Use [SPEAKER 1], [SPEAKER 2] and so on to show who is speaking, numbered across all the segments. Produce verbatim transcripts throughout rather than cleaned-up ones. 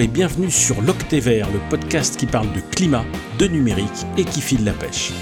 [SPEAKER 1] et bienvenue sur l'Octet Vert, le podcast qui parle de climat, de numérique et qui file la pêche.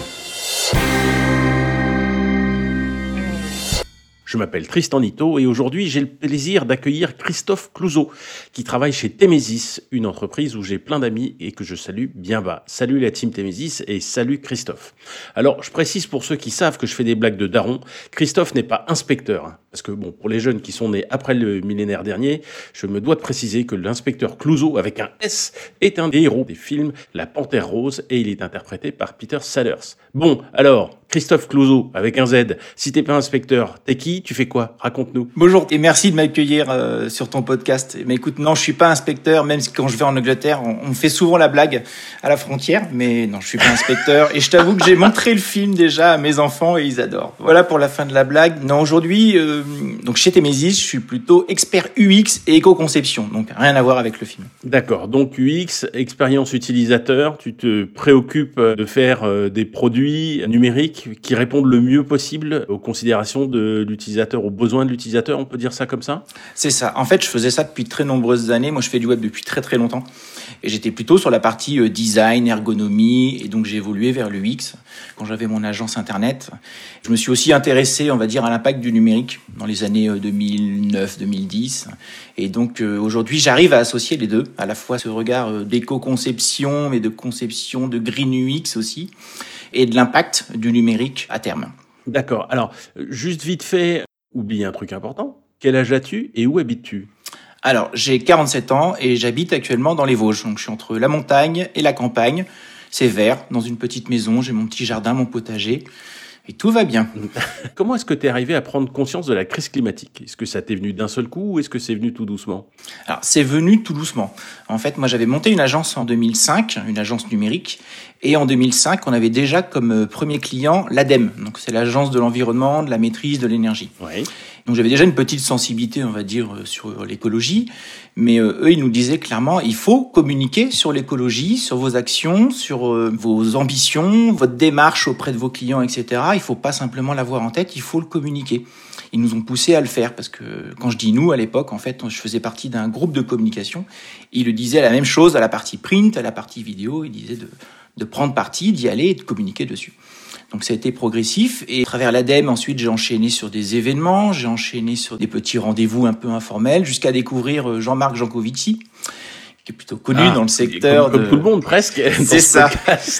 [SPEAKER 1] Je m'appelle Tristan Nitto et aujourd'hui j'ai le plaisir d'accueillir Christophe Clouzot qui travaille chez Temesis, une entreprise où j'ai plein d'amis et que je salue bien bas. Salut la team Temesis et salut Christophe. Alors je précise pour ceux qui savent que je fais des blagues de daron, Christophe n'est pas inspecteur. Hein, parce que bon, pour les jeunes qui sont nés après le millénaire dernier, je me dois de préciser que l'inspecteur Clouzot avec un S est un des héros des films La Panthère Rose et il est interprété par Peter Sellers. Bon, alors, Christophe Clouzot avec un Z, si t'es pas inspecteur, t'es qui? Tu fais quoi? Raconte-nous.
[SPEAKER 2] Bonjour et merci de m'accueillir euh, sur ton podcast. Mais écoute, non, je suis pas inspecteur, même si quand je vais en Angleterre, on, on me fait souvent la blague à la frontière, mais non, je suis pas inspecteur. Et je t'avoue que j'ai montré le film déjà à mes enfants et ils adorent. Voilà pour la fin de la blague. Non, aujourd'hui, euh, donc chez Temesis, je suis plutôt expert U X et éco-conception, donc rien à voir avec le film.
[SPEAKER 1] D'accord, donc U X, expérience utilisateur, tu te préoccupes de faire euh, des produits numériques qui répondent le mieux possible aux considérations de l'utilisateur, aux besoins de l'utilisateur, on peut dire ça comme ça?
[SPEAKER 2] C'est ça. En fait, je faisais ça depuis très nombreuses années. Moi, je fais du web depuis très très longtemps. Et j'étais plutôt sur la partie euh, design, ergonomie. Et donc, j'ai évolué vers l'U X quand j'avais mon agence Internet. Je me suis aussi intéressé, on va dire, à l'impact du numérique dans les années deux mille neuf deux mille dix. Et donc, euh, aujourd'hui, j'arrive à associer les deux. À la fois ce regard euh, d'éco-conception, mais de conception de green U X aussi. Et de l'impact du numérique à terme.
[SPEAKER 1] D'accord. Alors, juste vite fait, oublie un truc important. Quel âge as-tu et où habites-tu?
[SPEAKER 2] Alors, j'ai quarante-sept ans et j'habite actuellement dans les Vosges. Donc, je suis entre la montagne et la campagne. C'est vert, dans une petite maison. J'ai mon petit jardin, mon potager. Et tout va bien.
[SPEAKER 1] Comment est-ce que tu es arrivé à prendre conscience de la crise climatique? Est-ce que ça t'est venu d'un seul coup ou est-ce que c'est venu tout doucement?
[SPEAKER 2] Alors, c'est venu tout doucement. En fait, moi, j'avais monté une agence en deux mille cinq, une agence numérique. Et en deux mille cinq, on avait déjà comme premier client l'ADEME. Donc, c'est l'Agence de l'environnement, de la maîtrise de l'énergie.
[SPEAKER 1] Oui.
[SPEAKER 2] Donc, j'avais déjà une petite sensibilité, on va dire, sur l'écologie. Mais euh, eux, ils nous disaient clairement, il faut communiquer sur l'écologie, sur vos actions, sur euh, vos ambitions, votre démarche auprès de vos clients, et cetera. Il faut pas simplement l'avoir en tête, il faut le communiquer. Ils nous ont poussé à le faire parce que quand je dis nous, à l'époque, en fait, je faisais partie d'un groupe de communication. Ils le disaient la même chose à la partie print, à la partie vidéo. Ils disaient de, de prendre parti, d'y aller et de communiquer dessus. Donc ça a été progressif et à travers l'ADEME, ensuite j'ai enchaîné sur des événements, j'ai enchaîné sur des petits rendez-vous un peu informels jusqu'à découvrir Jean-Marc Jancovici, qui est plutôt connu ah, dans le secteur.
[SPEAKER 1] Comme,
[SPEAKER 2] de...
[SPEAKER 1] comme tout le monde presque.
[SPEAKER 2] C'est ça.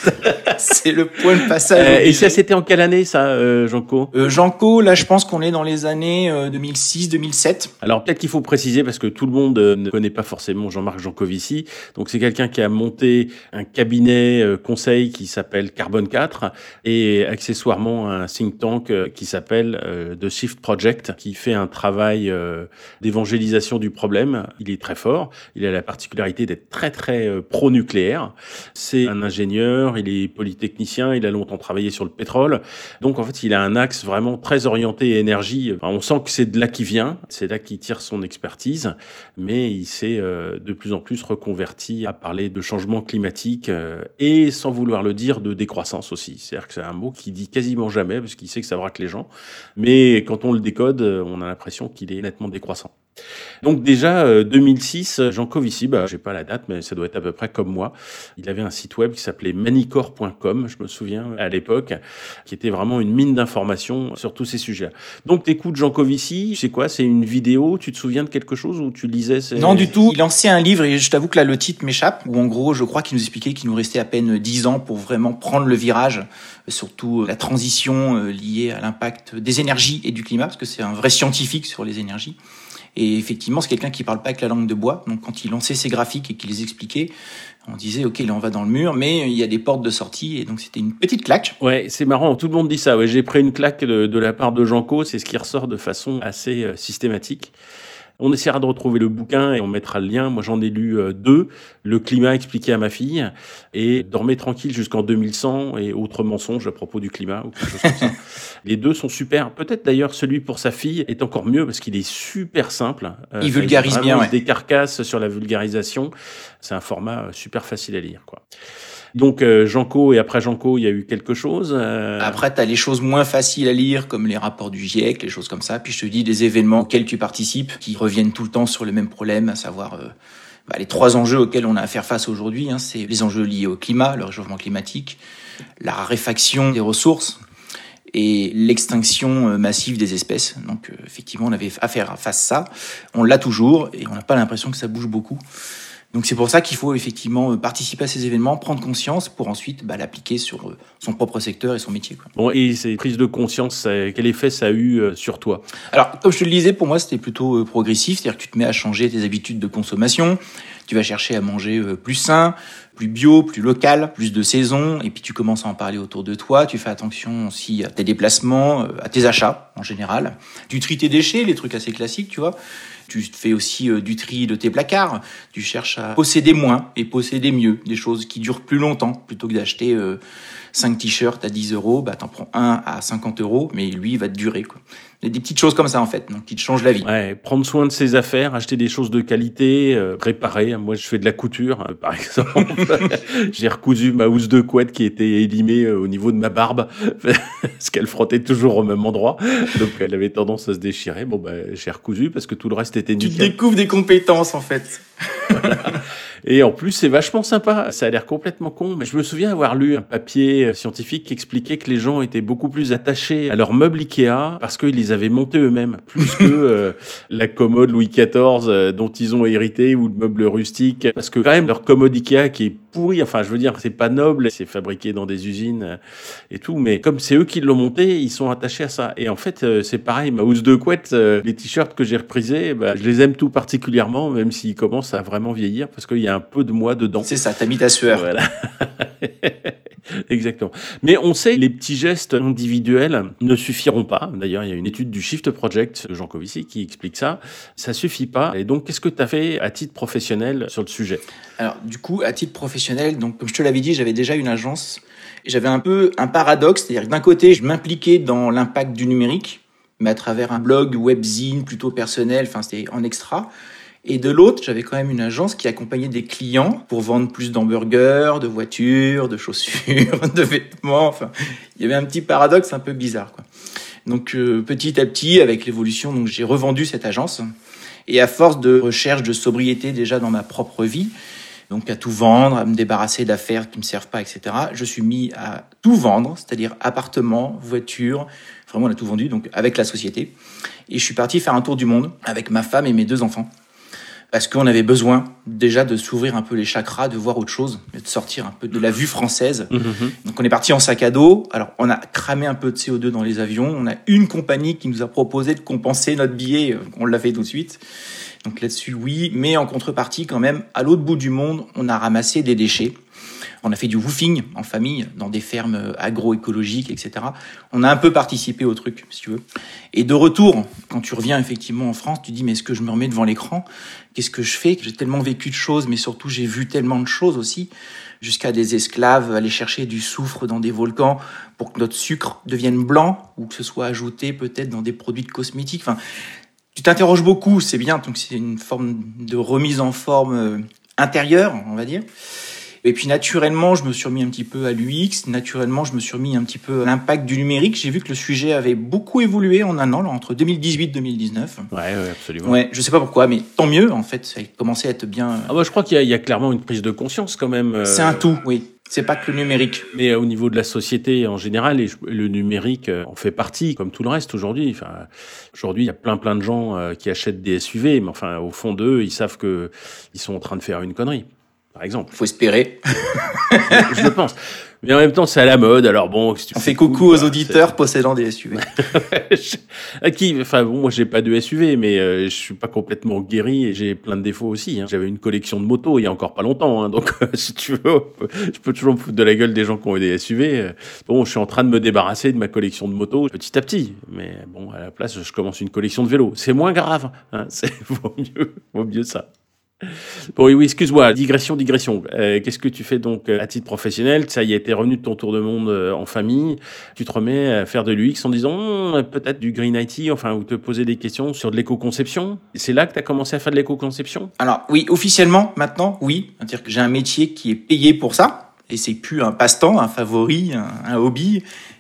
[SPEAKER 2] C'est le point de passage.
[SPEAKER 1] Euh, et ça, c'était en quelle année ça, euh, Janco
[SPEAKER 2] euh, Janco, là je pense qu'on est dans les années euh, deux mille six deux mille sept.
[SPEAKER 1] Alors peut-être qu'il faut préciser parce que tout le monde euh, ne connaît pas forcément Jean-Marc Jancovici. Donc c'est quelqu'un qui a monté un cabinet euh, conseil qui s'appelle Carbone quatre et accessoirement un think tank euh, qui s'appelle euh, The Shift Project, qui fait un travail euh, d'évangélisation du problème. Il est très fort. Il a la particularité d'être très très euh, pro-nucléaire. C'est un ingénieur, il est polytechnicien, il a longtemps travaillé sur le pétrole. Donc en fait, il a un axe vraiment très orienté énergie. Enfin, on sent que c'est de là qu'il vient, c'est là qu'il tire son expertise, mais il s'est euh, de plus en plus reconverti à parler de changement climatique euh, et sans vouloir le dire, de décroissance aussi. C'est-à-dire que c'est un mot qu'il dit quasiment jamais parce qu'il sait que ça braque les gens, mais quand on le décode, on a l'impression qu'il est nettement décroissant. Donc déjà, euh, deux mille six, Jancovici, bah, j'ai pas la date, mais ça doit être à peu près comme moi. Il avait un site web qui s'appelait manicor point com, je me souviens, à l'époque, qui était vraiment une mine d'informations sur tous ces sujets. Donc t'écoutes Jancovici, c'est quoi? C'est une vidéo? Tu te souviens de quelque chose ou tu lisais? C'est...
[SPEAKER 2] Non, du tout. Il lançait un livre et je t'avoue que là, le titre m'échappe, où en gros, je crois qu'il nous expliquait qu'il nous restait à peine dix ans pour vraiment prendre le virage, surtout la transition liée à l'impact des énergies et du climat, parce que c'est un vrai scientifique sur les énergies. Et effectivement, c'est quelqu'un qui parle pas avec la langue de bois. Donc, quand il lançait ses graphiques et qu'il les expliquait, on disait, OK, là, on va dans le mur, mais il y a des portes de sortie. Et donc, c'était une petite claque.
[SPEAKER 1] Ouais, c'est marrant. Tout le monde dit ça. Ouais, j'ai pris une claque de, de la part de Janco. C'est ce qui ressort de façon assez euh, systématique. On essaiera de retrouver le bouquin et on mettra le lien. Moi, j'en ai lu euh, deux. Le climat expliqué à ma fille et Dormez tranquille jusqu'en deux mille cent et autres mensonges à propos du climat ou quelque chose comme ça. Les deux sont super. Peut-être d'ailleurs celui pour sa fille est encore mieux parce qu'il est super simple.
[SPEAKER 2] Euh, il vulgarise bien.
[SPEAKER 1] Il
[SPEAKER 2] ouais.
[SPEAKER 1] se décarcasse sur la vulgarisation. C'est un format super facile à lire, quoi. Donc euh, Janco et après Janco, il y a eu quelque chose. Euh...
[SPEAKER 2] Après, tu as les choses moins faciles à lire, comme les rapports du GIEC, les choses comme ça. Puis je te dis des événements auxquels tu participes, qui reviennent tout le temps sur le même problème, à savoir euh, Bah, les trois enjeux auxquels on a à faire face aujourd'hui, hein, c'est les enjeux liés au climat, le réchauffement climatique, la raréfaction des ressources et l'extinction massive des espèces. Donc, euh, effectivement, on avait à faire face à ça. On l'a toujours et on n'a pas l'impression que ça bouge beaucoup. Donc, c'est pour ça qu'il faut effectivement participer à ces événements, prendre conscience pour ensuite bah, l'appliquer sur son propre secteur et son métier, quoi.
[SPEAKER 1] Bon, et ces prises de conscience, ça, quel effet ça a eu sur toi?
[SPEAKER 2] Alors, comme je te le disais, pour moi, c'était plutôt progressif. C'est-à-dire que tu te mets à changer tes habitudes de consommation. Tu vas chercher à manger plus sain, plus bio, plus local, plus de saison. Et puis, tu commences à en parler autour de toi. Tu fais attention aussi à tes déplacements, à tes achats en général. Tu tries tes déchets, les trucs assez classiques, tu vois. Tu fais aussi euh, du tri de tes placards. Tu cherches à posséder moins et posséder mieux. Des choses qui durent plus longtemps. Plutôt que d'acheter euh, cinq t-shirts à dix euros, bah, t'en prends un à cinquante euros, mais lui, il va te durer, quoi. Des petites choses comme ça, en fait, donc qui te changent la vie.
[SPEAKER 1] Ouais, prendre soin de ses affaires, acheter des choses de qualité, euh, réparer. Moi, je fais de la couture, euh, par exemple. J'ai recousu ma housse de couette qui était élimée euh, au niveau de ma barbe, parce qu'elle frottait toujours au même endroit. Donc, elle avait tendance à se déchirer. Bon, bah, j'ai recousu parce que tout le reste était nickel.
[SPEAKER 2] Tu te découvres des compétences, en fait.
[SPEAKER 1] Voilà. Et en plus, c'est vachement sympa. Ça a l'air complètement con, mais je me souviens avoir lu un papier scientifique qui expliquait que les gens étaient beaucoup plus attachés à leurs meubles Ikea parce qu'ils les avaient montés eux-mêmes, plus que euh, la commode Louis quatorze euh, dont ils ont hérité ou le meuble rustique. Parce que quand même, leur commode Ikea qui est pourrie, enfin, je veux dire, c'est pas noble, c'est fabriqué dans des usines euh, et tout, mais comme c'est eux qui l'ont monté, ils sont attachés à ça. Et en fait, euh, c'est pareil, ma housse de couette, euh, les t-shirts que j'ai reprisés, bah, je les aime tout particulièrement, même s'ils commencent à vraiment vieillir, parce qu'il y a un peu de moi dedans.
[SPEAKER 2] C'est ça, t'as mis ta sueur.
[SPEAKER 1] Voilà. Exactement. Mais on sait, les petits gestes individuels ne suffiront pas. D'ailleurs, il y a une étude du Shift Project, Jean Covici, qui explique ça. Ça suffit pas. Et donc, qu'est-ce que tu as fait à titre professionnel sur le sujet?
[SPEAKER 2] Alors, du coup, à titre professionnel, donc, comme je te l'avais dit, j'avais déjà une agence. Et j'avais un peu un paradoxe. C'est-à-dire que d'un côté, je m'impliquais dans l'impact du numérique, mais à travers un blog, webzine, plutôt personnel. Enfin, c'était en extra. Et de l'autre, j'avais quand même une agence qui accompagnait des clients pour vendre plus d'hamburgers, de voitures, de chaussures, de vêtements. Enfin, il y avait un petit paradoxe un peu bizarre, quoi. Donc, euh, petit à petit, avec l'évolution, donc j'ai revendu cette agence. Et à force de recherche de sobriété déjà dans ma propre vie, donc à tout vendre, à me débarrasser d'affaires qui me servent pas, et cetera, je suis mis à tout vendre, c'est-à-dire appartements, voitures. Vraiment, on a tout vendu, donc avec la société. Et je suis parti faire un tour du monde avec ma femme et mes deux enfants. Parce qu'on avait besoin déjà de s'ouvrir un peu les chakras, de voir autre chose, de sortir un peu de la vue française. Mmh. Donc on est parti en sac à dos. Alors on a cramé un peu de C O deux dans les avions. On a une compagnie qui nous a proposé de compenser notre billet. On l'a fait tout de suite. Donc là-dessus, oui. Mais en contrepartie, quand même, à l'autre bout du monde, on a ramassé des déchets. On a fait du woofing en famille, dans des fermes agroécologiques, et cetera. On a un peu participé au truc, si tu veux. Et de retour, quand tu reviens effectivement en France, tu dis, mais est-ce que je me remets devant l'écran? Qu'est-ce que je fais? J'ai tellement vécu de choses, mais surtout, j'ai vu tellement de choses aussi. Jusqu'à des esclaves aller chercher du soufre dans des volcans pour que notre sucre devienne blanc, ou que ce soit ajouté peut-être dans des produits de cosmétiques. Enfin, tu t'interroges beaucoup, c'est bien. Donc, c'est une forme de remise en forme intérieure, on va dire. Et puis naturellement, je me suis remis un petit peu à l'U X. Naturellement, je me suis remis un petit peu à l'impact du numérique. J'ai vu que le sujet avait beaucoup évolué en un an, là, entre deux mille dix-huit et deux mille dix-neuf.
[SPEAKER 1] Ouais, ouais, absolument.
[SPEAKER 2] Ouais, je sais pas pourquoi, mais tant mieux, en fait. Ça a commencé à être bien.
[SPEAKER 1] Ah bah, je crois qu'il y a, il y a clairement une prise de conscience quand même. Euh...
[SPEAKER 2] C'est un tout, oui. C'est pas que le numérique.
[SPEAKER 1] Mais au niveau de la société en général, et le numérique en fait partie, comme tout le reste aujourd'hui. Enfin, aujourd'hui, il y a plein plein de gens qui achètent des S U V, mais enfin, au fond d'eux, ils savent que ils sont en train de faire une connerie. Par exemple.
[SPEAKER 2] Faut espérer.
[SPEAKER 1] je, je le pense. Mais en même temps, c'est à la mode. Alors bon, si tu
[SPEAKER 2] on fait coucou cool, aux auditeurs c'est... possédant des S U V.
[SPEAKER 1] à qui, enfin bon, moi j'ai pas de S U V, mais euh, je suis pas complètement guéri et j'ai plein de défauts aussi. Hein. J'avais une collection de motos il y a encore pas longtemps, hein, donc euh, si tu veux, je peux toujours me foutre de la gueule des gens qui ont eu des S U V. Euh, bon, je suis en train de me débarrasser de ma collection de motos petit à petit, mais bon, à la place, je commence une collection de vélos. C'est moins grave. Hein, c'est vaut mieux, vaut mieux ça. Bon, oui, oui, excuse-moi, digression, digression. Euh, qu'est-ce que tu fais donc à titre professionnel? Ça y est, t'es revenu de ton tour de monde euh, en famille. Tu te remets à faire de l'U X en disant hm, peut-être du Green I T, enfin, ou te poser des questions sur de l'éco-conception. C'est là que tu as commencé à faire de l'éco-conception?
[SPEAKER 2] Alors oui, officiellement, maintenant, oui. C'est-à-dire que j'ai un métier qui est payé pour ça. Et c'est plus un passe-temps, un favori, un, un hobby.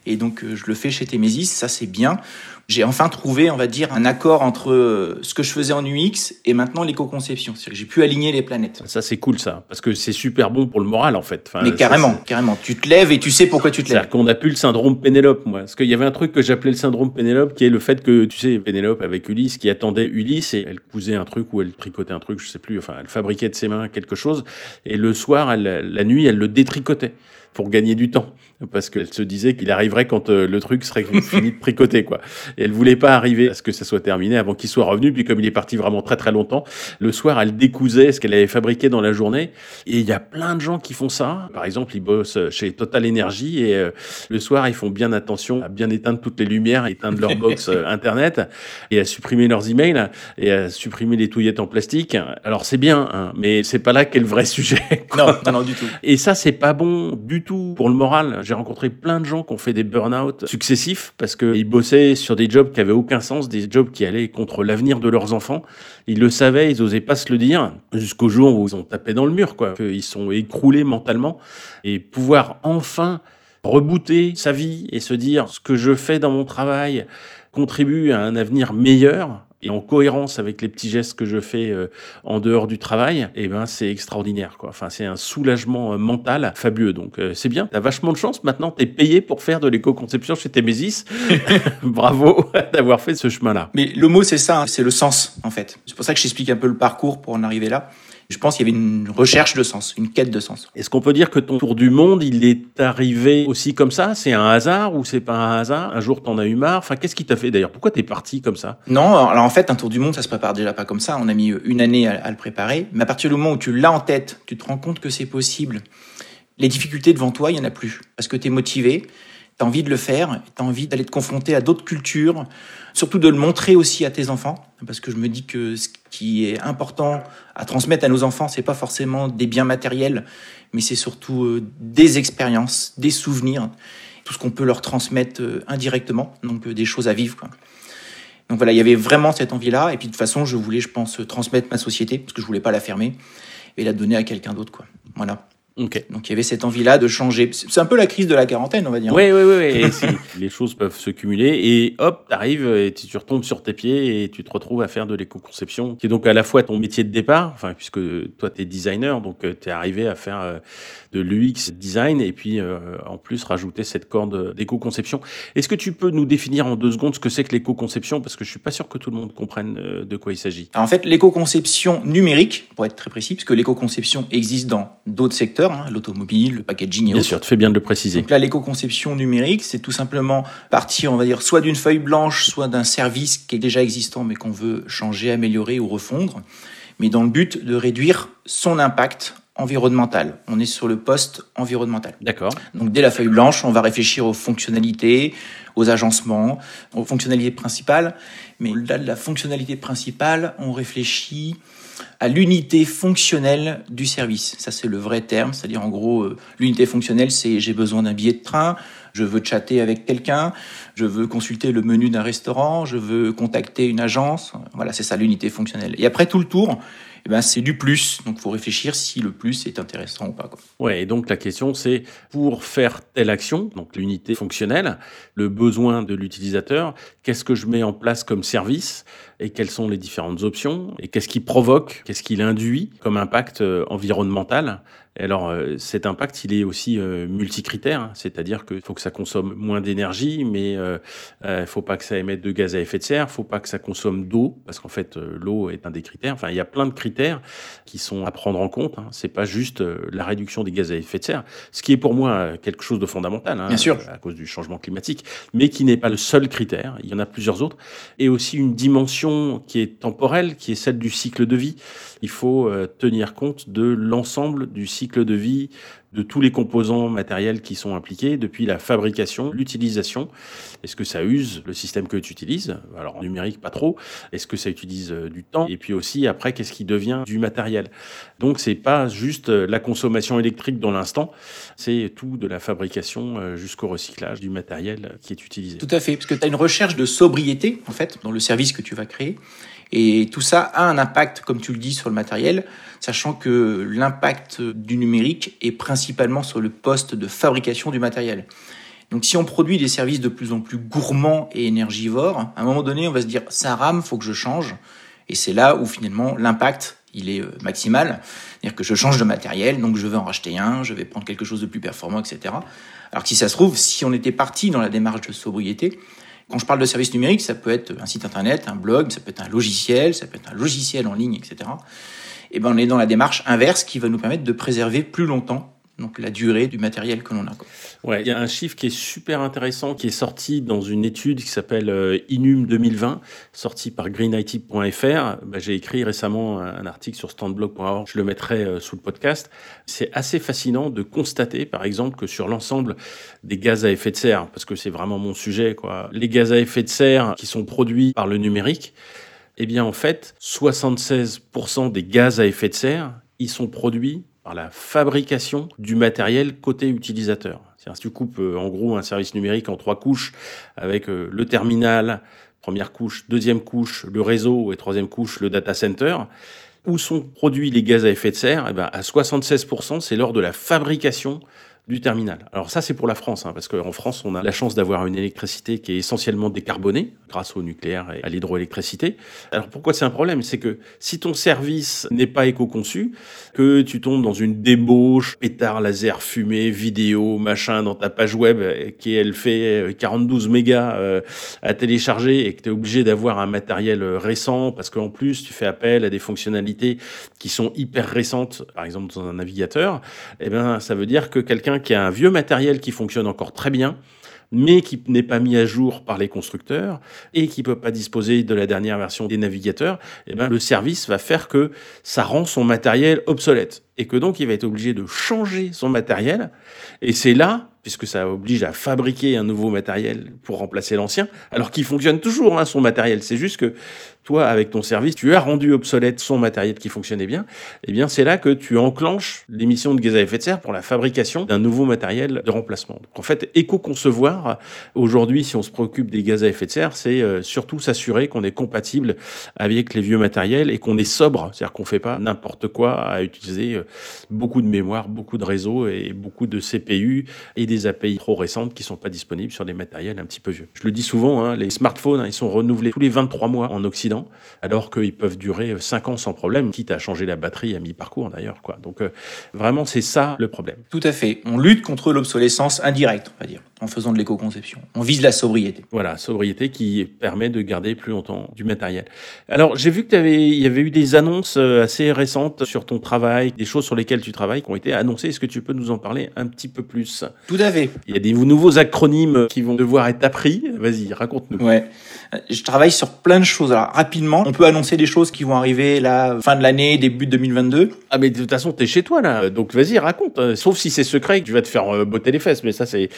[SPEAKER 2] Et donc, je le fais chez Temesis, ça c'est bien. J'ai enfin trouvé, on va dire, un accord entre ce que je faisais en U X et maintenant l'éco-conception. C'est-à-dire que j'ai pu aligner les planètes.
[SPEAKER 1] Ça, c'est cool, ça. Parce que c'est super bon pour le moral, en fait. Enfin,
[SPEAKER 2] Mais carrément,
[SPEAKER 1] ça,
[SPEAKER 2] carrément. Tu te lèves et tu sais pourquoi tu te lèves.
[SPEAKER 1] C'est-à-dire qu'on a plus le syndrome Pénélope, moi. Parce qu'il y avait un truc que j'appelais le syndrome Pénélope, qui est le fait que, tu sais, Pénélope avec Ulysse, qui attendait Ulysse, et elle cousait un truc ou elle tricotait un truc, je sais plus. Enfin, elle fabriquait de ses mains quelque chose. Et le soir, elle, la nuit, elle le détricotait pour gagner du temps. Parce qu'elle se disait qu'il arriverait quand euh, le truc serait fini de tricoter, quoi. Et elle voulait pas arriver à ce que ça soit terminé avant qu'il soit revenu. Puis comme il est parti vraiment très très longtemps, le soir, elle décousait ce qu'elle avait fabriqué dans la journée. Et il y a plein de gens qui font ça. Par exemple, ils bossent chez Total Energy et euh, le soir, ils font bien attention à bien éteindre toutes les lumières, à éteindre leur box euh, internet et à supprimer leurs emails et à supprimer les touillettes en plastique. Alors c'est bien, hein, mais c'est pas là qu'est le vrai sujet, quoi.
[SPEAKER 2] Non, non, non, du tout.
[SPEAKER 1] Et ça, c'est pas bon du tout pour le moral. J'ai rencontré plein de gens qui ont fait des burn-out successifs parce qu'ils bossaient sur des jobs qui avaient aucun sens, des jobs qui allaient contre l'avenir de leurs enfants. Ils le savaient, ils osaient pas se le dire, jusqu'au jour où ils ont tapé dans le mur, quoi. Ils sont écroulés mentalement. Et pouvoir enfin rebooter sa vie et se dire ce que je fais dans mon travail contribue à un avenir meilleur et en cohérence avec les petits gestes que je fais euh, en dehors du travail, eh ben c'est extraordinaire, quoi. Enfin, c'est un soulagement euh, mental fabuleux. Donc euh, c'est bien. T'as vachement de chance. Maintenant, t'es payé pour faire de l'éco-conception chez Temesis. Bravo d'avoir fait ce chemin-là.
[SPEAKER 2] Mais le mot, c'est ça, hein, c'est le sens, en fait. C'est pour ça que j'explique un peu le parcours pour en arriver là. Je pense qu'il y avait une recherche de sens, une quête de sens.
[SPEAKER 1] Est-ce qu'on peut dire que ton tour du monde, il est arrivé aussi comme ça? C'est un hasard ou c'est pas un hasard? Un jour, t'en as eu marre? Enfin, qu'est-ce qui t'a fait d'ailleurs? Pourquoi t'es parti comme ça?
[SPEAKER 2] Non, alors en fait, un tour du monde, ça se prépare déjà pas comme ça. On a mis une année à, à le préparer. Mais à partir du moment où tu l'as en tête, tu te rends compte que c'est possible. Les difficultés devant toi, il y en a plus. Parce que t'es motivé, t'as envie de le faire, t'as envie d'aller te confronter à d'autres cultures, surtout de le montrer aussi à tes enfants. Parce que je me dis que ce qui est important à transmettre à nos enfants, c'est pas forcément des biens matériels, mais c'est surtout euh, des expériences, des souvenirs, tout ce qu'on peut leur transmettre euh, indirectement, donc euh, des choses à vivre, quoi. Donc voilà, il y avait vraiment cette envie-là, et puis de toute façon, je voulais, je pense, transmettre ma société, parce que je voulais pas la fermer, et la donner à quelqu'un d'autre, quoi. Voilà.
[SPEAKER 1] Okay.
[SPEAKER 2] Donc il y avait cette envie-là de changer. C'est un peu la crise de la quarantaine, on va dire.
[SPEAKER 1] Oui, oui, oui. Et si les choses peuvent se cumuler et hop, t'arrives et tu retombes sur tes pieds et tu te retrouves à faire de l'éco-conception, qui est donc à la fois ton métier de départ, enfin puisque toi t'es designer, donc t'es arrivé à faire euh, de l'U X design et puis euh, en plus rajouter cette corde d'éco-conception. Est-ce que tu peux nous définir en deux secondes ce que c'est que l'éco-conception, parce que je suis pas sûr que tout le monde comprenne euh, de quoi il s'agit.
[SPEAKER 2] Alors en fait, l'éco-conception numérique, pour être très précis, parce que l'éco-conception existe dans d'autres secteurs, hein, l'automobile, le packaging et
[SPEAKER 1] Bien
[SPEAKER 2] autres.
[SPEAKER 1] sûr, tu fais bien de le préciser.
[SPEAKER 2] Donc là, l'éco-conception numérique, c'est tout simplement partir, on va dire, soit d'une feuille blanche, soit d'un service qui est déjà existant, mais qu'on veut changer, améliorer ou refondre, mais dans le but de réduire son impact environnemental. On est sur le poste environnemental.
[SPEAKER 1] D'accord.
[SPEAKER 2] Donc dès la feuille blanche, on va réfléchir aux fonctionnalités, aux agencements, aux fonctionnalités principales, mais au-delà de la fonctionnalité principale, on réfléchit à l'unité fonctionnelle du service. Ça, c'est le vrai terme, c'est-à-dire en gros, euh, l'unité fonctionnelle, c'est j'ai besoin d'un billet de train, je veux chatter avec quelqu'un, je veux consulter le menu d'un restaurant, je veux contacter une agence. Voilà, c'est ça l'unité fonctionnelle. Et après tout le tour, eh ben, c'est du plus. Donc, il faut réfléchir si le plus est intéressant ou pas, quoi.
[SPEAKER 1] Ouais, et donc la question, c'est pour faire telle action, donc l'unité fonctionnelle, le besoin de l'utilisateur, qu'est-ce que je mets en place comme service et quelles sont les différentes options et qu'est-ce qui provoque, qu'est-ce qu'il induit comme impact euh, environnemental. Et alors, euh, cet impact, il est aussi euh, multicritère, hein, c'est-à-dire qu'il faut que ça consomme moins d'énergie, mais il euh, euh, faut pas que ça émette de gaz à effet de serre, faut pas que ça consomme d'eau, parce qu'en fait, euh, l'eau est un des critères. Enfin, il y a plein de critères qui sont à prendre en compte. Hein. C'est pas juste euh, la réduction des gaz à effet de serre, ce qui est pour moi quelque chose de fondamental, hein,
[SPEAKER 2] Bien sûr,
[SPEAKER 1] à cause du changement climatique, mais qui n'est pas le seul critère. Il y en a plusieurs autres, et aussi une dimension qui est temporelle, qui est celle du cycle de vie. Il faut euh, tenir compte de l'ensemble du cycle de vie de tous les composants matériels qui sont impliqués, depuis la fabrication, l'utilisation. Est-ce que ça use le système que tu utilises? Alors en numérique, pas trop. Est-ce que ça utilise du temps? Et puis aussi, après, qu'est-ce qui devient du matériel? Donc, c'est pas juste la consommation électrique dans l'instant, c'est tout de la fabrication jusqu'au recyclage du matériel qui est utilisé.
[SPEAKER 2] Tout à fait, parce que tu as une recherche de sobriété, en fait, dans le service que tu vas créer. Et tout ça a un impact, comme tu le dis, sur le matériel, sachant que l'impact du numérique est principalement sur le poste de fabrication du matériel. Donc si on produit des services de plus en plus gourmands et énergivores, à un moment donné, on va se dire ça rame, faut que je change. Et c'est là où finalement l'impact il est maximal, c'est-à-dire que je change de matériel, donc je vais en racheter un, je vais prendre quelque chose de plus performant, et cetera. Alors que si ça se trouve, si on était parti dans la démarche de sobriété, quand je parle de services numériques, ça peut être un site internet, un blog, ça peut être un logiciel, ça peut être un logiciel en ligne, et cetera. Et ben on est dans la démarche inverse qui va nous permettre de préserver plus longtemps donc la durée du matériel que l'on a.
[SPEAKER 1] Ouais, il y a un chiffre qui est super intéressant qui est sorti dans une étude qui s'appelle euh, Inum deux mille vingt, sortie par green I T point F R. Bah, j'ai écrit récemment un, un article sur standblog point org, je le mettrai euh, sous le podcast. C'est assez fascinant de constater, par exemple, que sur l'ensemble des gaz à effet de serre, parce que c'est vraiment mon sujet, quoi, les gaz à effet de serre qui sont produits par le numérique, eh bien, en fait, soixante-seize pour cent des gaz à effet de serre, ils sont produits par la fabrication du matériel côté utilisateur. C'est-à-dire, si tu coupes euh, en gros un service numérique en trois couches avec euh, le terminal, première couche, deuxième couche, le réseau et troisième couche, le data center, où sont produits les gaz à effet de serre, eh ben, à soixante-seize pour cent, c'est lors de la fabrication du terminal. Alors ça, c'est pour la France, hein, parce qu'en France, on a la chance d'avoir une électricité qui est essentiellement décarbonée grâce au nucléaire et à l'hydroélectricité. Alors pourquoi c'est un problème ? C'est que si ton service n'est pas éco-conçu, que tu tombes dans une débauche, pétard, laser, fumée, vidéo, machin, dans ta page web, qui elle fait quarante-deux mégas euh, à télécharger et que tu es obligé d'avoir un matériel récent, parce qu'en plus, tu fais appel à des fonctionnalités qui sont hyper récentes, par exemple dans un navigateur, eh ben, ça veut dire que quelqu'un qui a un vieux matériel qui fonctionne encore très bien, mais qui n'est pas mis à jour par les constructeurs et qui peut pas disposer de la dernière version des navigateurs, eh ben, le service va faire que ça rend son matériel obsolète et que donc il va être obligé de changer son matériel. Et c'est là, puisque ça oblige à fabriquer un nouveau matériel pour remplacer l'ancien, alors qu'il fonctionne toujours, hein, son matériel. C'est juste que toi, avec ton service, tu as rendu obsolète son matériel qui fonctionnait bien. Eh bien, c'est là que tu enclenches l'émission de gaz à effet de serre pour la fabrication d'un nouveau matériel de remplacement. Donc, en fait, éco-concevoir, aujourd'hui, si on se préoccupe des gaz à effet de serre, c'est euh, surtout s'assurer qu'on est compatible avec les vieux matériels et qu'on est sobre. C'est-à-dire qu'on fait pas n'importe quoi à utiliser euh, beaucoup de mémoire, beaucoup de réseaux et beaucoup de C P U et des A P I trop récentes qui sont pas disponibles sur des matériels un petit peu vieux. Je le dis souvent, hein, les smartphones, hein, ils sont renouvelés tous les vingt-trois mois en Occident, alors qu'ils peuvent durer cinq ans sans problème, quitte à changer la batterie à mi-parcours d'ailleurs, quoi. Donc euh, vraiment, c'est ça le problème.
[SPEAKER 2] Tout à fait. On lutte contre l'obsolescence indirecte, on va dire, en faisant de l'éco-conception. On vise la sobriété.
[SPEAKER 1] Voilà, sobriété qui permet de garder plus longtemps du matériel. Alors, j'ai vu que il y avait eu des annonces assez récentes sur ton travail, des choses sur lesquelles tu travailles qui ont été annoncées. Est-ce que tu peux nous en parler un petit peu plus ?
[SPEAKER 2] Tout à fait.
[SPEAKER 1] Il y a des nouveaux acronymes qui vont devoir être appris. Vas-y, raconte-nous.
[SPEAKER 2] Ouais. Je travaille sur plein de choses. Alors, rapidement, on peut annoncer des choses qui vont arriver là, fin de l'année, début deux mille vingt-deux.
[SPEAKER 1] Ah, mais de toute façon, t'es chez toi, là. Donc, vas-y, raconte. Sauf si c'est secret, que tu vas te faire botter les fesses. Mais ça, c'est...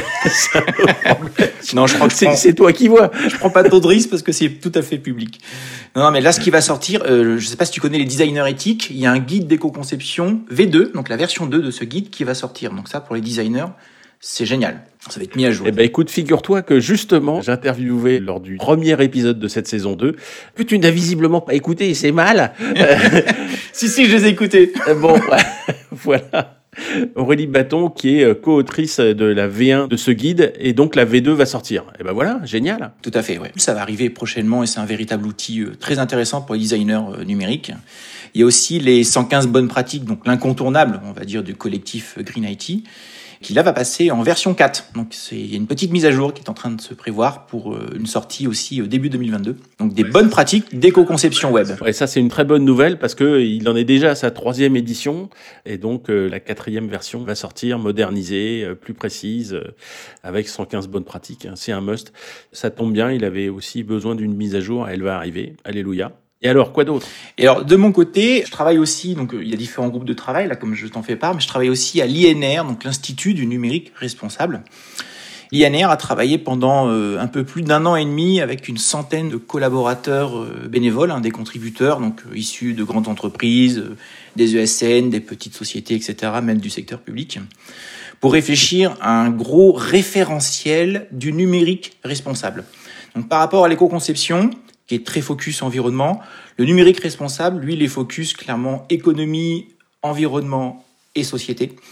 [SPEAKER 2] Non, je crois que
[SPEAKER 1] c'est,
[SPEAKER 2] prends...
[SPEAKER 1] c'est toi qui vois.
[SPEAKER 2] Je prends pas trop de risques parce que c'est tout à fait public. Non, non, mais là, ce qui va sortir, euh, je sais pas si tu connais les designers éthiques, il y a un guide d'éco-conception V deux, donc la version deux de ce guide qui va sortir. Donc ça, pour les designers, c'est génial. Ça va être mis à jour.
[SPEAKER 1] Eh ben, écoute, figure-toi que justement, j'interviewais lors du premier épisode de cette saison deux, que tu n'as visiblement pas écouté et c'est mal.
[SPEAKER 2] Si, si, je les ai écoutés.
[SPEAKER 1] Bon, voilà. Aurélie Baton, qui est co-autrice de la V un de ce guide, et donc la V deux va sortir. Et ben voilà, génial.
[SPEAKER 2] Tout à fait, ouais. Ça va arriver prochainement et c'est un véritable outil très intéressant pour les designers numériques. Il y a aussi les cent quinze bonnes pratiques, donc l'incontournable, on va dire, du collectif Green I T, qui là va passer en version quatre. Donc c'est il y a une petite mise à jour qui est en train de se prévoir pour une sortie aussi au début deux mille vingt-deux. Donc des bonnes pratiques d'éco-conception web.
[SPEAKER 1] Ouais, ça c'est une très bonne nouvelle parce que il en est déjà à sa troisième édition et donc euh, la quatrième version va sortir modernisée, euh, plus précise, euh, avec cent quinze bonnes pratiques. Hein. C'est un must. Ça tombe bien, il avait aussi besoin d'une mise à jour. Elle va arriver. Alléluia. Et alors, quoi d'autre ?
[SPEAKER 2] Et alors, de mon côté, je travaille aussi, donc il y a différents groupes de travail, là, comme je t'en fais part, mais je travaille aussi à l'I N R, donc l'Institut du numérique responsable. L'I N R a travaillé pendant euh, un peu plus d'un an et demi avec une centaine de collaborateurs euh, bénévoles, hein, des contributeurs, donc euh, issus de grandes entreprises, euh, des E S N, des petites sociétés, et cetera, même du secteur public, pour réfléchir à un gros référentiel du numérique responsable. Donc, par rapport à l'éco-conception, qui est très focus environnement. Le numérique responsable, lui, il est focus clairement économie, environnement et société.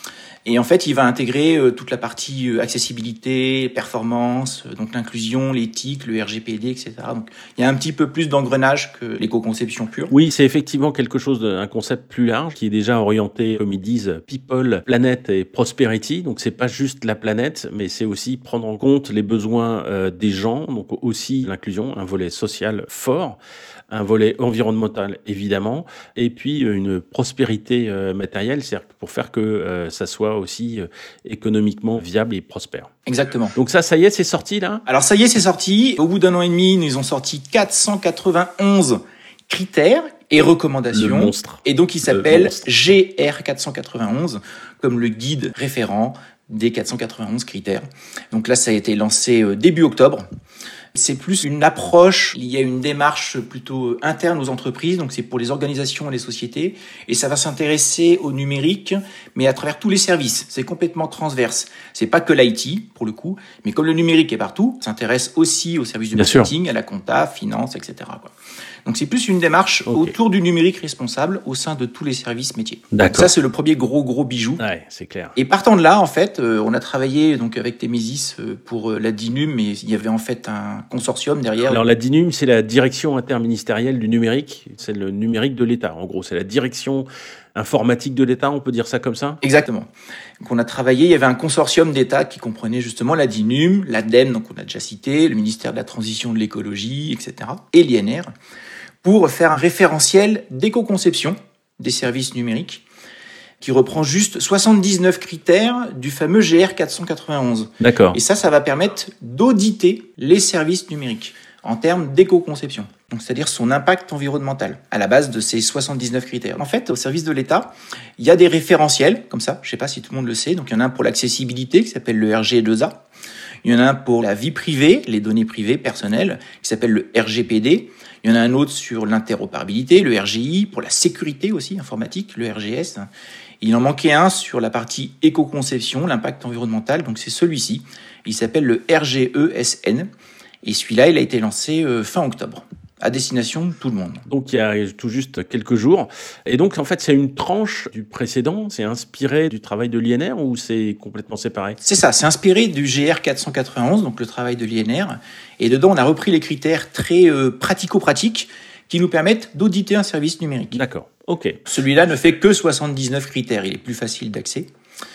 [SPEAKER 2] Et en fait, il va intégrer euh, toute la partie euh, accessibilité, performance, euh, donc l'inclusion, l'éthique, le R G P D, et cetera. Donc, il y a un petit peu plus d'engrenage que l'éco-conception pure.
[SPEAKER 1] Oui, c'est effectivement quelque chose, de, un concept plus large qui est déjà orienté, comme ils disent, people, planète et prosperity. Donc, c'est pas juste la planète, mais c'est aussi prendre en compte les besoins euh, des gens. Donc, aussi l'inclusion, un volet social fort, un volet environnemental évidemment, et puis une prospérité euh, matérielle, c'est-à-dire pour faire que euh, ça soit aussi euh, économiquement viable et prospère.
[SPEAKER 2] Exactement.
[SPEAKER 1] Donc ça, ça y est, c'est sorti là ?
[SPEAKER 2] Alors ça y est, c'est sorti. Au bout d'un an et demi, ils ont sorti quatre cent quatre-vingt-onze critères et recommandations.
[SPEAKER 1] Le monstre.
[SPEAKER 2] Et donc il s'appelle G R quatre cent quatre-vingt-onze, comme le guide référent des quatre cent quatre-vingt-onze critères. Donc là, ça a été lancé début octobre. C'est plus une approche, il y a une démarche plutôt interne aux entreprises, donc c'est pour les organisations et les sociétés, et ça va s'intéresser au numérique, mais à travers tous les services. C'est complètement transverse. C'est pas que l'I T, pour le coup, mais comme le numérique est partout, ça s'intéresse aussi aux services du
[SPEAKER 1] Bien
[SPEAKER 2] marketing,
[SPEAKER 1] sûr.
[SPEAKER 2] à la compta, finance, et cetera, quoi. Donc c'est plus une démarche okay. autour du numérique responsable au sein de tous les services métiers.
[SPEAKER 1] D'accord.
[SPEAKER 2] Ça, c'est le premier gros gros bijou.
[SPEAKER 1] Ouais, c'est clair.
[SPEAKER 2] Et partant de là, en fait, euh, on a travaillé donc avec Témésis euh, pour euh, la DINUM, mais il y avait en fait un consortium derrière.
[SPEAKER 1] Alors la DINUM, c'est la direction interministérielle du numérique, c'est le numérique de l'État. En gros, c'est la direction informatique de l'État, on peut dire ça comme ça ?
[SPEAKER 2] Exactement. Donc on a travaillé, il y avait un consortium d'État qui comprenait justement la DINUM, l'ADEME, donc on a déjà cité, le ministère de la Transition de l'écologie, et cetera, et l'I N R, pour faire un référentiel d'éco-conception des services numériques qui reprend juste soixante-dix-neuf critères du fameux G R quatre cent quatre-vingt-onze.
[SPEAKER 1] D'accord.
[SPEAKER 2] Et ça, ça va permettre d'auditer les services numériques en termes d'éco-conception. Donc, c'est-à-dire son impact environnemental à la base de ces soixante-dix-neuf critères. En fait, au service de l'État, il y a des référentiels comme ça. Je ne sais pas si tout le monde le sait. Donc, il y en a un pour l'accessibilité qui s'appelle le R G deux A. Il y en a un pour la vie privée, les données privées personnelles, qui s'appelle le R G P D. Il y en a un autre sur l'interopérabilité, le R G I, pour la sécurité aussi informatique, le R G S. Il en manquait un sur la partie éco-conception, l'impact environnemental, donc c'est celui-ci. Il s'appelle le R G E S N. Et celui-là, il a été lancé fin octobre, à destination de tout le monde.
[SPEAKER 1] Donc il y a tout juste quelques jours. Et donc en fait, c'est une tranche du précédent, c'est inspiré du travail de l'I N R ou c'est complètement séparé ?
[SPEAKER 2] C'est ça, c'est inspiré du G R quatre cent quatre-vingt-onze, donc le travail de l'I N R. Et dedans, on a repris les critères très euh, pratico-pratiques qui nous permettent d'auditer un service numérique.
[SPEAKER 1] D'accord, ok.
[SPEAKER 2] Celui-là ne fait que soixante-dix-neuf critères, il est plus facile d'accès.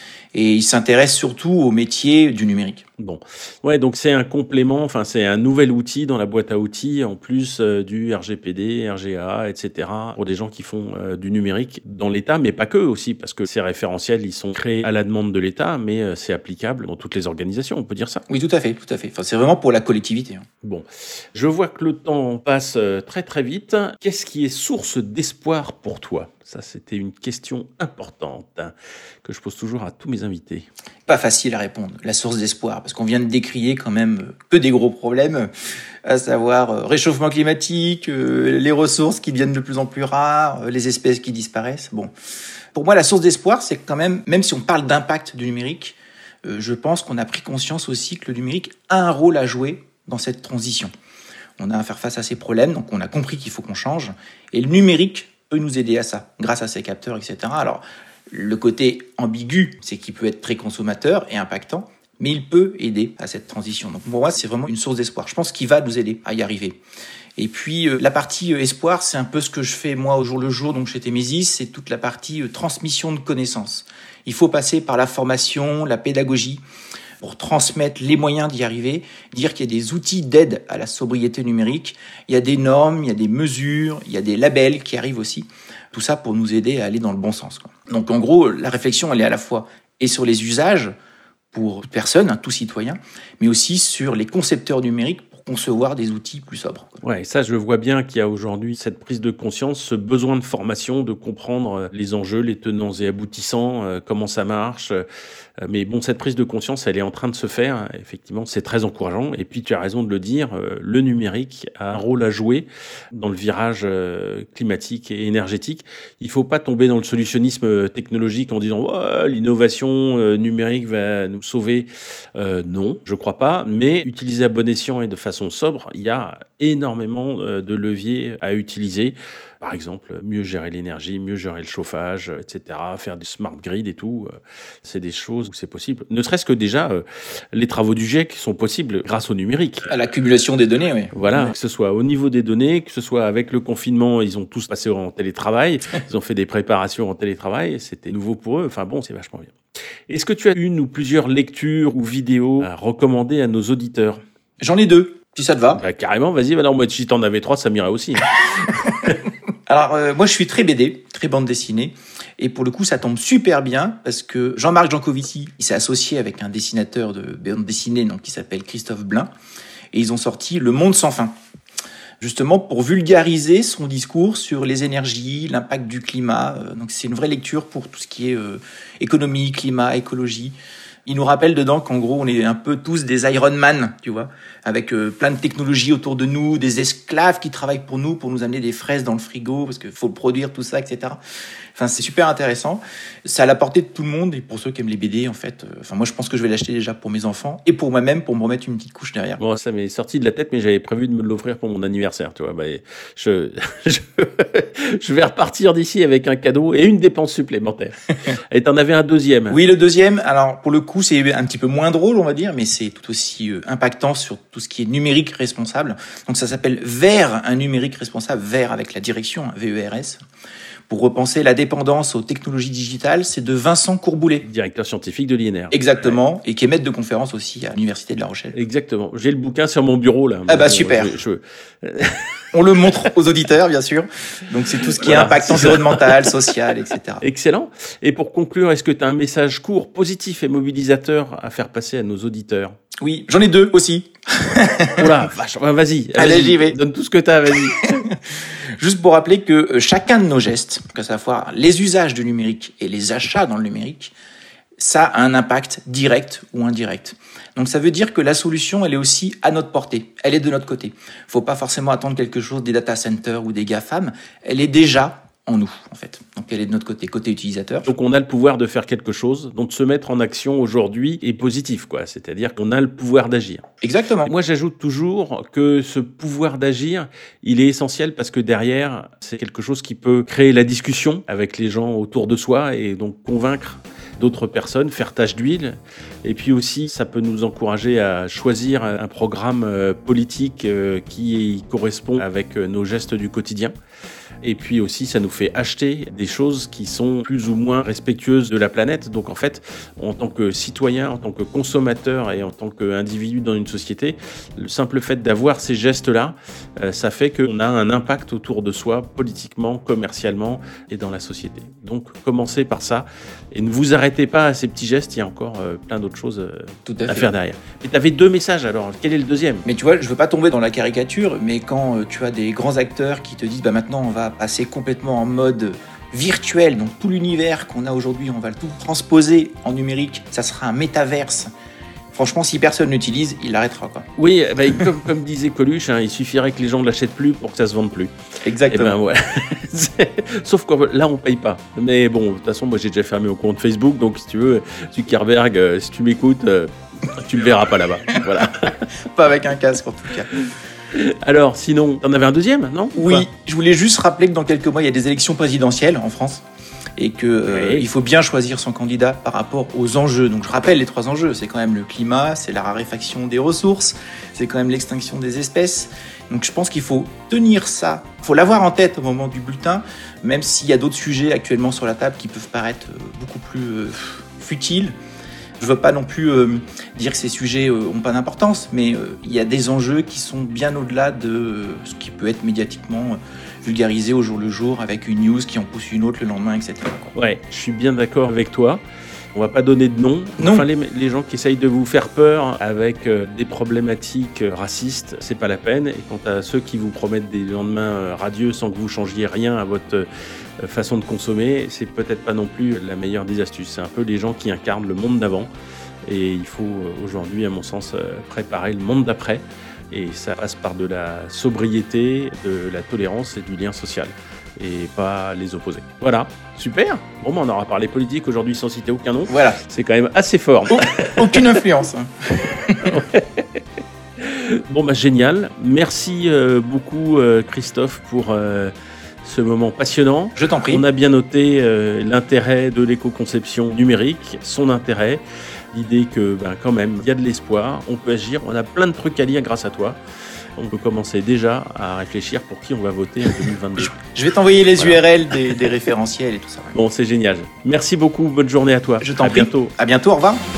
[SPEAKER 2] Et il s'intéresse surtout au métier du numérique.
[SPEAKER 1] Bon, ouais, donc c'est un complément, enfin c'est un nouvel outil dans la boîte à outils en plus euh, du R G P D, R G A, et cetera pour des gens qui font euh, du numérique dans l'État, mais pas que aussi, parce que ces référentiels, ils sont créés à la demande de l'État, mais euh, c'est applicable dans toutes les organisations, on peut dire ça.
[SPEAKER 2] Oui, tout à fait, tout à fait. Enfin, c'est vraiment pour la collectivité. Hein.
[SPEAKER 1] Bon, je vois que le temps passe euh, très très vite. Qu'est-ce qui est source d'espoir pour toi ? Ça, c'était une question importante hein, que je pose toujours à tous mes invités.
[SPEAKER 2] Pas facile à répondre, la source d'espoir, parce qu'on vient de décrier quand même que des gros problèmes, à savoir euh, réchauffement climatique, euh, les ressources qui deviennent de plus en plus rares, euh, les espèces qui disparaissent. Bon, pour moi, la source d'espoir, c'est quand même, même si on parle d'impact du numérique, euh, je pense qu'on a pris conscience aussi que le numérique a un rôle à jouer dans cette transition. On a à faire face à ces problèmes, donc on a compris qu'il faut qu'on change, et le numérique peut nous aider à ça, grâce à ces capteurs, et cetera. Alors, le côté ambigu, c'est qu'il peut être très consommateur et impactant, mais il peut aider à cette transition. Donc pour moi, c'est vraiment une source d'espoir. Je pense qu'il va nous aider à y arriver. Et puis, euh, la partie euh, espoir, c'est un peu ce que je fais moi au jour le jour, donc chez Témésis, c'est toute la partie euh, transmission de connaissances. Il faut passer par la formation, la pédagogie, pour transmettre les moyens d'y arriver, dire qu'il y a des outils d'aide à la sobriété numérique, il y a des normes, il y a des mesures, il y a des labels qui arrivent aussi. Tout ça pour nous aider à aller dans le bon sens, quoi. Donc en gros, la réflexion, elle est à la fois et sur les usages pour toute personne, hein, tout citoyen, mais aussi sur les concepteurs numériques pour concevoir des outils plus sobres.
[SPEAKER 1] Ouais, ça, je vois bien qu'il y a aujourd'hui cette prise de conscience, ce besoin de formation, de comprendre les enjeux, les tenants et aboutissants, euh, comment ça marche. Euh, mais bon, cette prise de conscience, elle est en train de se faire. Effectivement, c'est très encourageant. Et puis, tu as raison de le dire, euh, le numérique a un rôle à jouer dans le virage euh, climatique et énergétique. Il faut pas tomber dans le solutionnisme technologique en disant oh, l'innovation euh, numérique va nous sauver. Euh, non, je crois pas. Mais utiliser à bon escient et de façon façon sobre, il y a énormément euh, de leviers à utiliser. Par exemple, mieux gérer l'énergie, mieux gérer le chauffage, et cetera. Faire du smart grid et tout, euh, c'est des choses où c'est possible. Ne serait-ce que déjà, euh, les travaux du GIEC sont possibles grâce au numérique.
[SPEAKER 2] À l'accumulation des données, oui.
[SPEAKER 1] Voilà,
[SPEAKER 2] Ouais.
[SPEAKER 1] que ce soit au niveau des données, que ce soit avec le confinement, ils ont tous passé en télétravail, ils ont fait des préparations en télétravail, c'était nouveau pour eux. Enfin bon, c'est vachement bien. Est-ce que tu as une ou plusieurs lectures ou vidéos à recommander à nos auditeurs ?
[SPEAKER 2] J'en ai deux, si ça te va.
[SPEAKER 1] Bah, carrément, vas-y. Alors moi, si t'en avais trois, ça m'irait aussi.
[SPEAKER 2] Alors, euh, moi, je suis très B D, très bande dessinée. Et pour le coup, ça tombe super bien parce que Jean-Marc Jancovici, il s'est associé avec un dessinateur de bande dessinée donc, qui s'appelle Christophe Blain. Et ils ont sorti Le Monde sans fin. Justement, pour vulgariser son discours sur les énergies, l'impact du climat. Donc, c'est une vraie lecture pour tout ce qui est euh, économie, climat, écologie. Il nous rappelle dedans qu'en gros, on est un peu tous des Iron Man, tu vois, avec euh, plein de technologies autour de nous, des esclaves qui travaillent pour nous, pour nous amener des fraises dans le frigo, parce qu'il faut le produire, tout ça, et cetera. Enfin, c'est super intéressant. C'est à la portée de tout le monde, et pour ceux qui aiment les B D, en fait, euh, enfin, moi, je pense que je vais l'acheter déjà pour mes enfants, et pour moi-même, pour me remettre une petite couche derrière.
[SPEAKER 1] Bon, ça m'est sorti de la tête, mais j'avais prévu de me l'offrir pour mon anniversaire, tu vois. Bah, je, je, je vais repartir d'ici avec un cadeau et une dépense supplémentaire. Et t'en avais un deuxième.
[SPEAKER 2] Oui, le deuxième, alors pour le coup, c'est un petit peu moins drôle, on va dire, mais c'est tout aussi euh, impactant sur tout ce qui est numérique responsable. Donc ça s'appelle Vers un numérique responsable, Vers avec la direction, hein, V E R S. Pour repenser la dépendance aux technologies digitales, c'est de Vincent Courboulet.
[SPEAKER 1] Directeur scientifique de l'I N R.
[SPEAKER 2] Exactement, ouais. Et qui est maître de conférence aussi à l'Université de La Rochelle.
[SPEAKER 1] Exactement. J'ai le bouquin sur mon bureau, là.
[SPEAKER 2] Ah bah super.
[SPEAKER 1] Je, je...
[SPEAKER 2] On le montre aux auditeurs, bien sûr. Donc c'est tout ce qui voilà, est impact environnemental, social, et cetera.
[SPEAKER 1] Excellent. Et pour conclure, est-ce que tu as un message court, positif et mobilisateur à faire passer à nos auditeurs ?
[SPEAKER 2] Oui, j'en ai deux aussi.
[SPEAKER 1] Oula, vache, vas-y.
[SPEAKER 2] Allez,
[SPEAKER 1] vas-y,
[SPEAKER 2] j'y vais.
[SPEAKER 1] Donne tout ce que tu as, vas-y.
[SPEAKER 2] Juste pour rappeler que chacun de nos gestes, que ce soit les usages du numérique et les achats dans le numérique, ça a un impact direct ou indirect. Donc ça veut dire que la solution, elle est aussi à notre portée. Elle est de notre côté. Faut pas forcément attendre quelque chose des data centers ou des GAFAM. Elle est déjà en nous, en fait. Donc elle est de notre côté, côté utilisateur.
[SPEAKER 1] Donc on a le pouvoir de faire quelque chose, donc se mettre en action aujourd'hui est positif, quoi. C'est-à-dire qu'on a le pouvoir d'agir.
[SPEAKER 2] Exactement.
[SPEAKER 1] Et moi, j'ajoute toujours que ce pouvoir d'agir, il est essentiel parce que derrière, c'est quelque chose qui peut créer la discussion avec les gens autour de soi et donc convaincre d'autres personnes, faire tache d'huile. Et puis aussi, ça peut nous encourager à choisir un programme politique qui correspond avec nos gestes du quotidien. Et puis aussi, ça nous fait acheter des choses qui sont plus ou moins respectueuses de la planète. Donc en fait, en tant que citoyen, en tant que consommateur et en tant qu'individu dans une société, le simple fait d'avoir ces gestes-là, euh, ça fait qu'on a un impact autour de soi, politiquement, commercialement et dans la société. Donc commencez par ça et ne vous arrêtez pas à ces petits gestes, il y a encore euh, plein d'autres choses euh,
[SPEAKER 2] Tout à,
[SPEAKER 1] à
[SPEAKER 2] fait.
[SPEAKER 1] faire derrière. Et tu avais deux messages alors, quel est le deuxième ?
[SPEAKER 2] Mais tu vois, je veux pas tomber dans la caricature, mais quand euh, tu as des grands acteurs qui te disent bah maintenant on va passer complètement en mode virtuel, donc tout l'univers qu'on a aujourd'hui, on va tout transposer en numérique, ça sera un métaverse. Franchement, si personne l'utilise, il l'arrêtera, quoi.
[SPEAKER 1] Oui, bah, comme, comme disait Coluche, hein, il suffirait que les gens ne l'achètent plus pour que ça se vende plus.
[SPEAKER 2] Exactement.
[SPEAKER 1] Et ben, voilà. Sauf que là, on paye pas. Mais bon, de toute façon, moi j'ai déjà fermé mon compte Facebook, donc si tu veux, Zuckerberg, euh, si tu m'écoutes, euh, tu me verras pas là-bas. Voilà.
[SPEAKER 2] Pas avec un casque, en tout cas.
[SPEAKER 1] Alors, sinon, t'en avais un deuxième, non ?
[SPEAKER 2] Oui,
[SPEAKER 1] Quoi ?
[SPEAKER 2] je voulais juste rappeler que dans quelques mois, il y a des élections présidentielles en France et que euh,
[SPEAKER 1] oui.
[SPEAKER 2] il faut bien choisir son candidat par rapport aux enjeux. Donc je rappelle les trois enjeux, c'est quand même le climat, c'est la raréfaction des ressources, c'est quand même l'extinction des espèces. Donc je pense qu'il faut tenir ça, il faut l'avoir en tête au moment du bulletin, même s'il y a d'autres sujets actuellement sur la table qui peuvent paraître beaucoup plus euh, futiles. Je ne veux pas non plus euh, dire que ces sujets n'ont euh, pas d'importance, mais euh, il y a des enjeux qui sont bien au-delà de euh, ce qui peut être médiatiquement euh, vulgarisé au jour le jour avec une news qui en pousse une autre le lendemain, et cetera.
[SPEAKER 1] Ouais, je suis bien d'accord avec toi. On va pas donner de nom.
[SPEAKER 2] Non.
[SPEAKER 1] Enfin, les, les gens qui essayent de vous faire peur avec euh, des problématiques euh, racistes, c'est pas la peine. Et quant à ceux qui vous promettent des lendemains euh, radieux sans que vous changiez rien à votre euh, façon de consommer, c'est peut-être pas non plus la meilleure des astuces. C'est un peu les gens qui incarnent le monde d'avant. Et il faut euh, aujourd'hui, à mon sens, euh, préparer le monde d'après. Et ça passe par de la sobriété, de la tolérance et du lien social. Et pas les opposer. Voilà, super. Bon, ben, on aura parlé politique aujourd'hui sans citer aucun nom.
[SPEAKER 2] Voilà.
[SPEAKER 1] C'est quand même assez fort.
[SPEAKER 2] Aucune influence.
[SPEAKER 1] Bon, bah génial. Merci euh, beaucoup, euh, Christophe, pour euh, ce moment passionnant.
[SPEAKER 2] Je t'en prie.
[SPEAKER 1] On a bien noté euh, l'intérêt de l'éco-conception numérique, son intérêt, l'idée que, ben, quand même, il y a de l'espoir, on peut agir, on a plein de trucs à lire grâce à toi. On peut commencer déjà à réfléchir pour qui on va voter en deux mille vingt-deux.
[SPEAKER 2] Je vais t'envoyer les voilà. U R L des, des référentiels et tout ça.
[SPEAKER 1] Bon, c'est génial. Merci beaucoup. Bonne journée à toi.
[SPEAKER 2] Je t'en
[SPEAKER 1] à
[SPEAKER 2] prie.
[SPEAKER 1] Bientôt.
[SPEAKER 2] À bientôt. Au revoir.